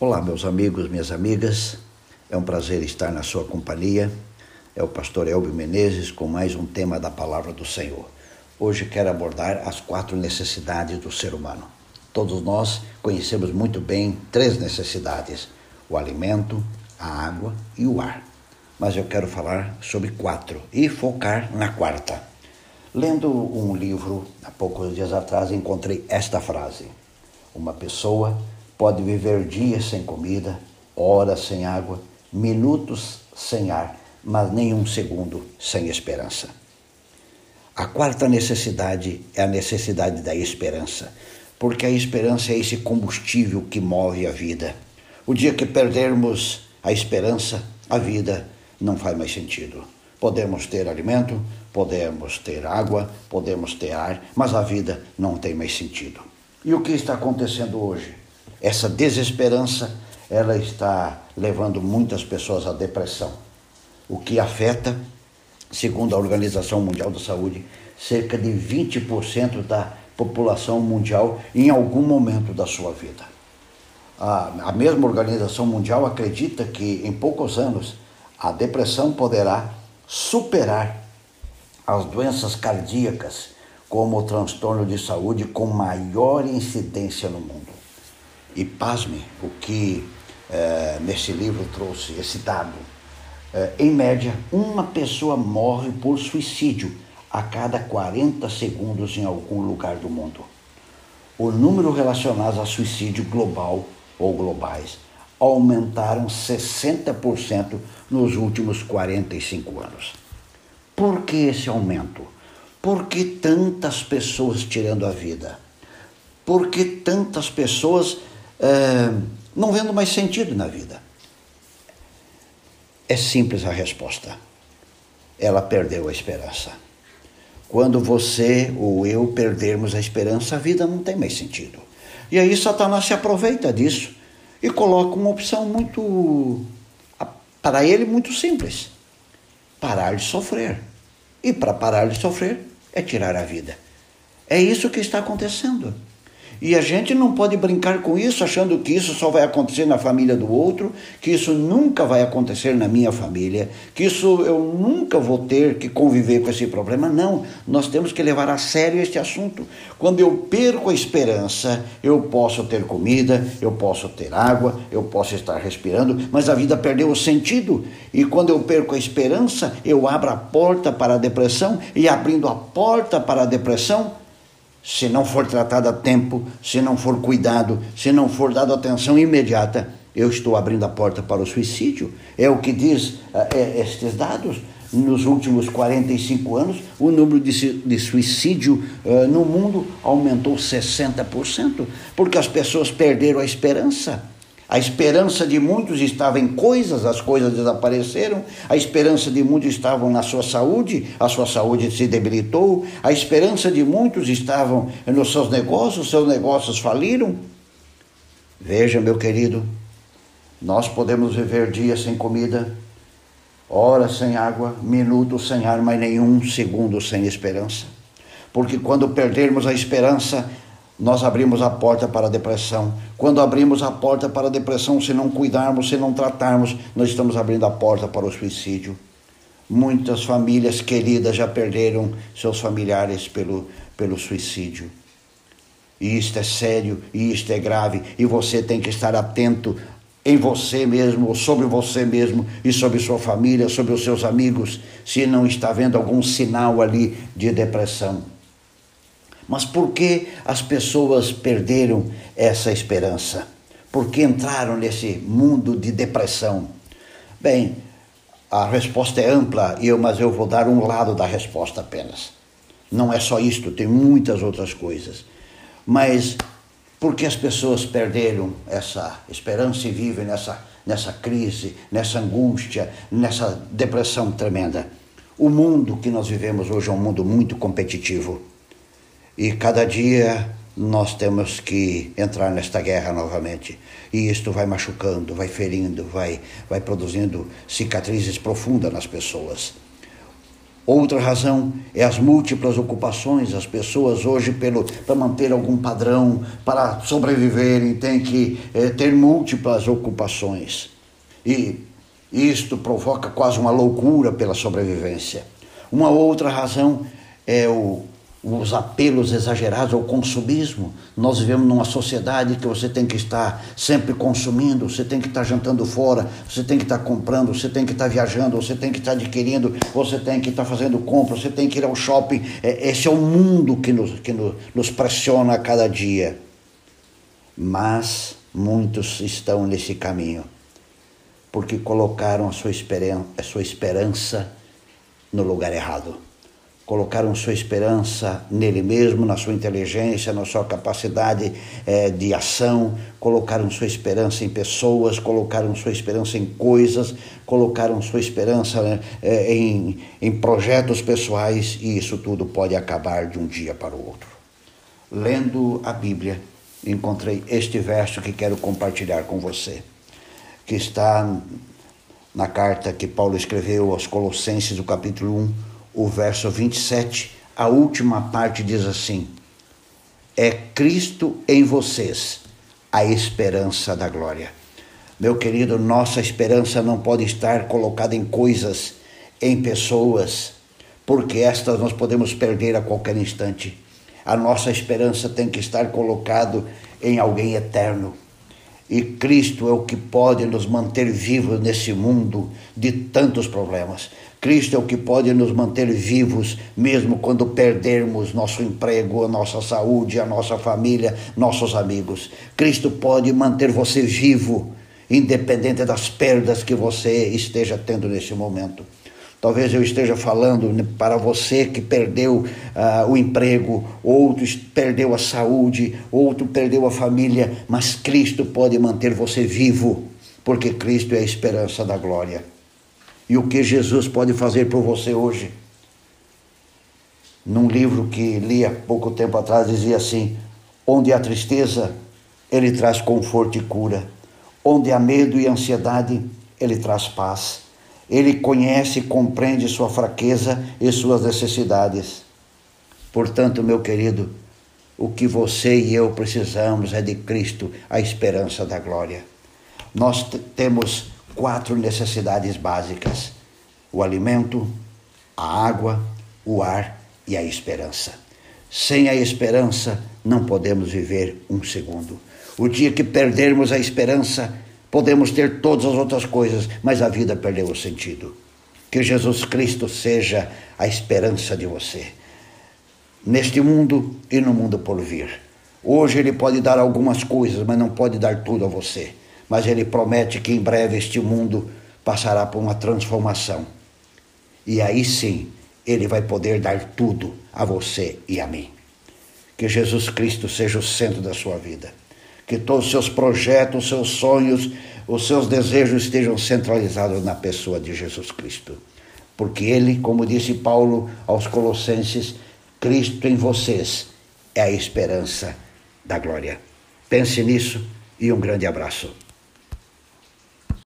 Olá, meus amigos, minhas amigas. É um prazer estar na sua companhia. É o pastor Elbio Menezes com mais um tema da Palavra do Senhor. Hoje quero abordar as 4 necessidades do ser humano. Todos nós conhecemos muito bem 3 necessidades: o alimento, a água e o ar. Mas eu quero falar sobre 4 e focar na 4ª. Lendo um livro, há poucos dias atrás, encontrei esta frase: uma pessoa pode viver dias sem comida, horas sem água, minutos sem ar, mas nenhum segundo sem esperança. A 4ª necessidade é a necessidade da esperança, porque a esperança é esse combustível que move a vida. O dia que perdermos a esperança, a vida não faz mais sentido. Podemos ter alimento, podemos ter água, podemos ter ar, mas a vida não tem mais sentido. E o que está acontecendo hoje? Essa desesperança, ela está levando muitas pessoas à depressão, o que afeta, segundo a Organização Mundial da Saúde, cerca de 20% da população mundial em algum momento da sua vida. A mesma Organização Mundial acredita que em poucos anos a depressão poderá superar as doenças cardíacas como o transtorno de saúde com maior incidência no mundo. E pasme o que nesse livro trouxe esse dado. Em média, uma pessoa morre por suicídio a cada 40 segundos em algum lugar do mundo. O número relacionado a suicídio global ou globais aumentaram 60% nos últimos 45 anos. Por que esse aumento? Por que tantas pessoas tirando a vida? Por que tantas pessoas não vendo mais sentido na vida? É simples a resposta. Ela perdeu a esperança. Quando você ou eu perdermos a esperança, a vida não tem mais sentido. E aí Satanás se aproveita disso e coloca uma opção para ele, muito simples: parar de sofrer. E para parar de sofrer é tirar a vida. É isso que está acontecendo. E a gente não pode brincar com isso, achando que isso só vai acontecer na família do outro, que isso nunca vai acontecer na minha família, que isso eu nunca vou ter que conviver com esse problema. Não, nós temos que levar a sério este assunto. Quando eu perco a esperança, eu posso ter comida, eu posso ter água, eu posso estar respirando, mas a vida perdeu o sentido. E quando eu perco a esperança, eu abro a porta para a depressão, e abrindo a porta para a depressão, se não for tratado a tempo, se não for cuidado, se não for dado atenção imediata, eu estou abrindo a porta para o suicídio. É o que diz estes dados. Nos últimos 45 anos, o número de suicídio no mundo aumentou 60%, porque as pessoas perderam a esperança. A esperança de muitos estava em coisas, as coisas desapareceram. A esperança de muitos estava na sua saúde, a sua saúde se debilitou. A esperança de muitos estava nos seus negócios faliram. Veja, meu querido, nós podemos viver dias sem comida, horas sem água, minutos sem ar, mas nenhum segundo sem esperança. Porque quando perdermos a esperança, nós abrimos a porta para a depressão. Quando abrimos a porta para a depressão, se não cuidarmos, se não tratarmos, nós estamos abrindo a porta para o suicídio. Muitas famílias queridas já perderam seus familiares pelo suicídio. E isto é sério, e isto é grave, e você tem que estar atento em você mesmo, sobre você mesmo, e sobre sua família, sobre os seus amigos, se não está vendo algum sinal ali de depressão. Mas por que as pessoas perderam essa esperança? Por que entraram nesse mundo de depressão? Bem, a resposta é ampla, mas eu vou dar um lado da resposta apenas. Não é só isto, tem muitas outras coisas. Mas por que as pessoas perderam essa esperança e vivem nessa crise, nessa angústia, nessa depressão tremenda? O mundo que nós vivemos hoje é um mundo muito competitivo. E cada dia nós temos que entrar nesta guerra novamente. E isto vai machucando, vai ferindo, vai produzindo cicatrizes profundas nas pessoas. Outra razão é as múltiplas ocupações. As pessoas hoje, para manter algum padrão, para sobreviverem, têm que ter múltiplas ocupações. E isto provoca quase uma loucura pela sobrevivência. Uma outra razão é os apelos exagerados ao consumismo. Nós vivemos numa sociedade que você tem que estar sempre consumindo, você tem que estar jantando fora, você tem que estar comprando, você tem que estar viajando, você tem que estar adquirindo, você tem que estar fazendo compras, você tem que ir ao shopping. Esse é o mundo que nos pressiona a cada dia. Mas muitos estão nesse caminho, porque colocaram a sua esperança no lugar errado. Colocaram sua esperança nele mesmo, na sua inteligência, na sua capacidade de ação, colocaram sua esperança em pessoas, colocaram sua esperança em coisas, colocaram sua esperança em projetos pessoais, e isso tudo pode acabar de um dia para o outro. Lendo a Bíblia, encontrei este verso que quero compartilhar com você, que está na carta que Paulo escreveu aos Colossenses, do capítulo 1, o verso 27, a última parte diz assim: é Cristo em vocês, a esperança da glória. Meu querido, nossa esperança não pode estar colocada em coisas, em pessoas, porque estas nós podemos perder a qualquer instante. A nossa esperança tem que estar colocado em alguém eterno. E Cristo é o que pode nos manter vivos nesse mundo de tantos problemas. Cristo é o que pode nos manter vivos mesmo quando perdermos nosso emprego, a nossa saúde, a nossa família, nossos amigos. Cristo pode manter você vivo, independente das perdas que você esteja tendo nesse momento. Talvez eu esteja falando para você que perdeu o emprego, outro perdeu a saúde, outro perdeu a família, mas Cristo pode manter você vivo, porque Cristo é a esperança da glória. E o que Jesus pode fazer por você hoje? Num livro que li há pouco tempo atrás, dizia assim: onde há tristeza, Ele traz conforto e cura. Onde há medo e ansiedade, Ele traz paz. Ele conhece e compreende sua fraqueza e suas necessidades. Portanto, meu querido, o que você e eu precisamos é de Cristo, a esperança da glória. Nós temos 4 necessidades básicas: o alimento, a água, o ar e a esperança. Sem a esperança, não podemos viver um segundo. O dia que perdermos a esperança, podemos ter todas as outras coisas, mas a vida perdeu o sentido. Que Jesus Cristo seja a esperança de você, neste mundo e no mundo por vir. Hoje Ele pode dar algumas coisas, mas não pode dar tudo a você. Mas Ele promete que em breve este mundo passará por uma transformação. E aí sim, Ele vai poder dar tudo a você e a mim. Que Jesus Cristo seja o centro da sua vida. Que todos os seus projetos, os seus sonhos, os seus desejos estejam centralizados na pessoa de Jesus Cristo. Porque Ele, como disse Paulo aos Colossenses, Cristo em vocês é a esperança da glória. Pense nisso e um grande abraço.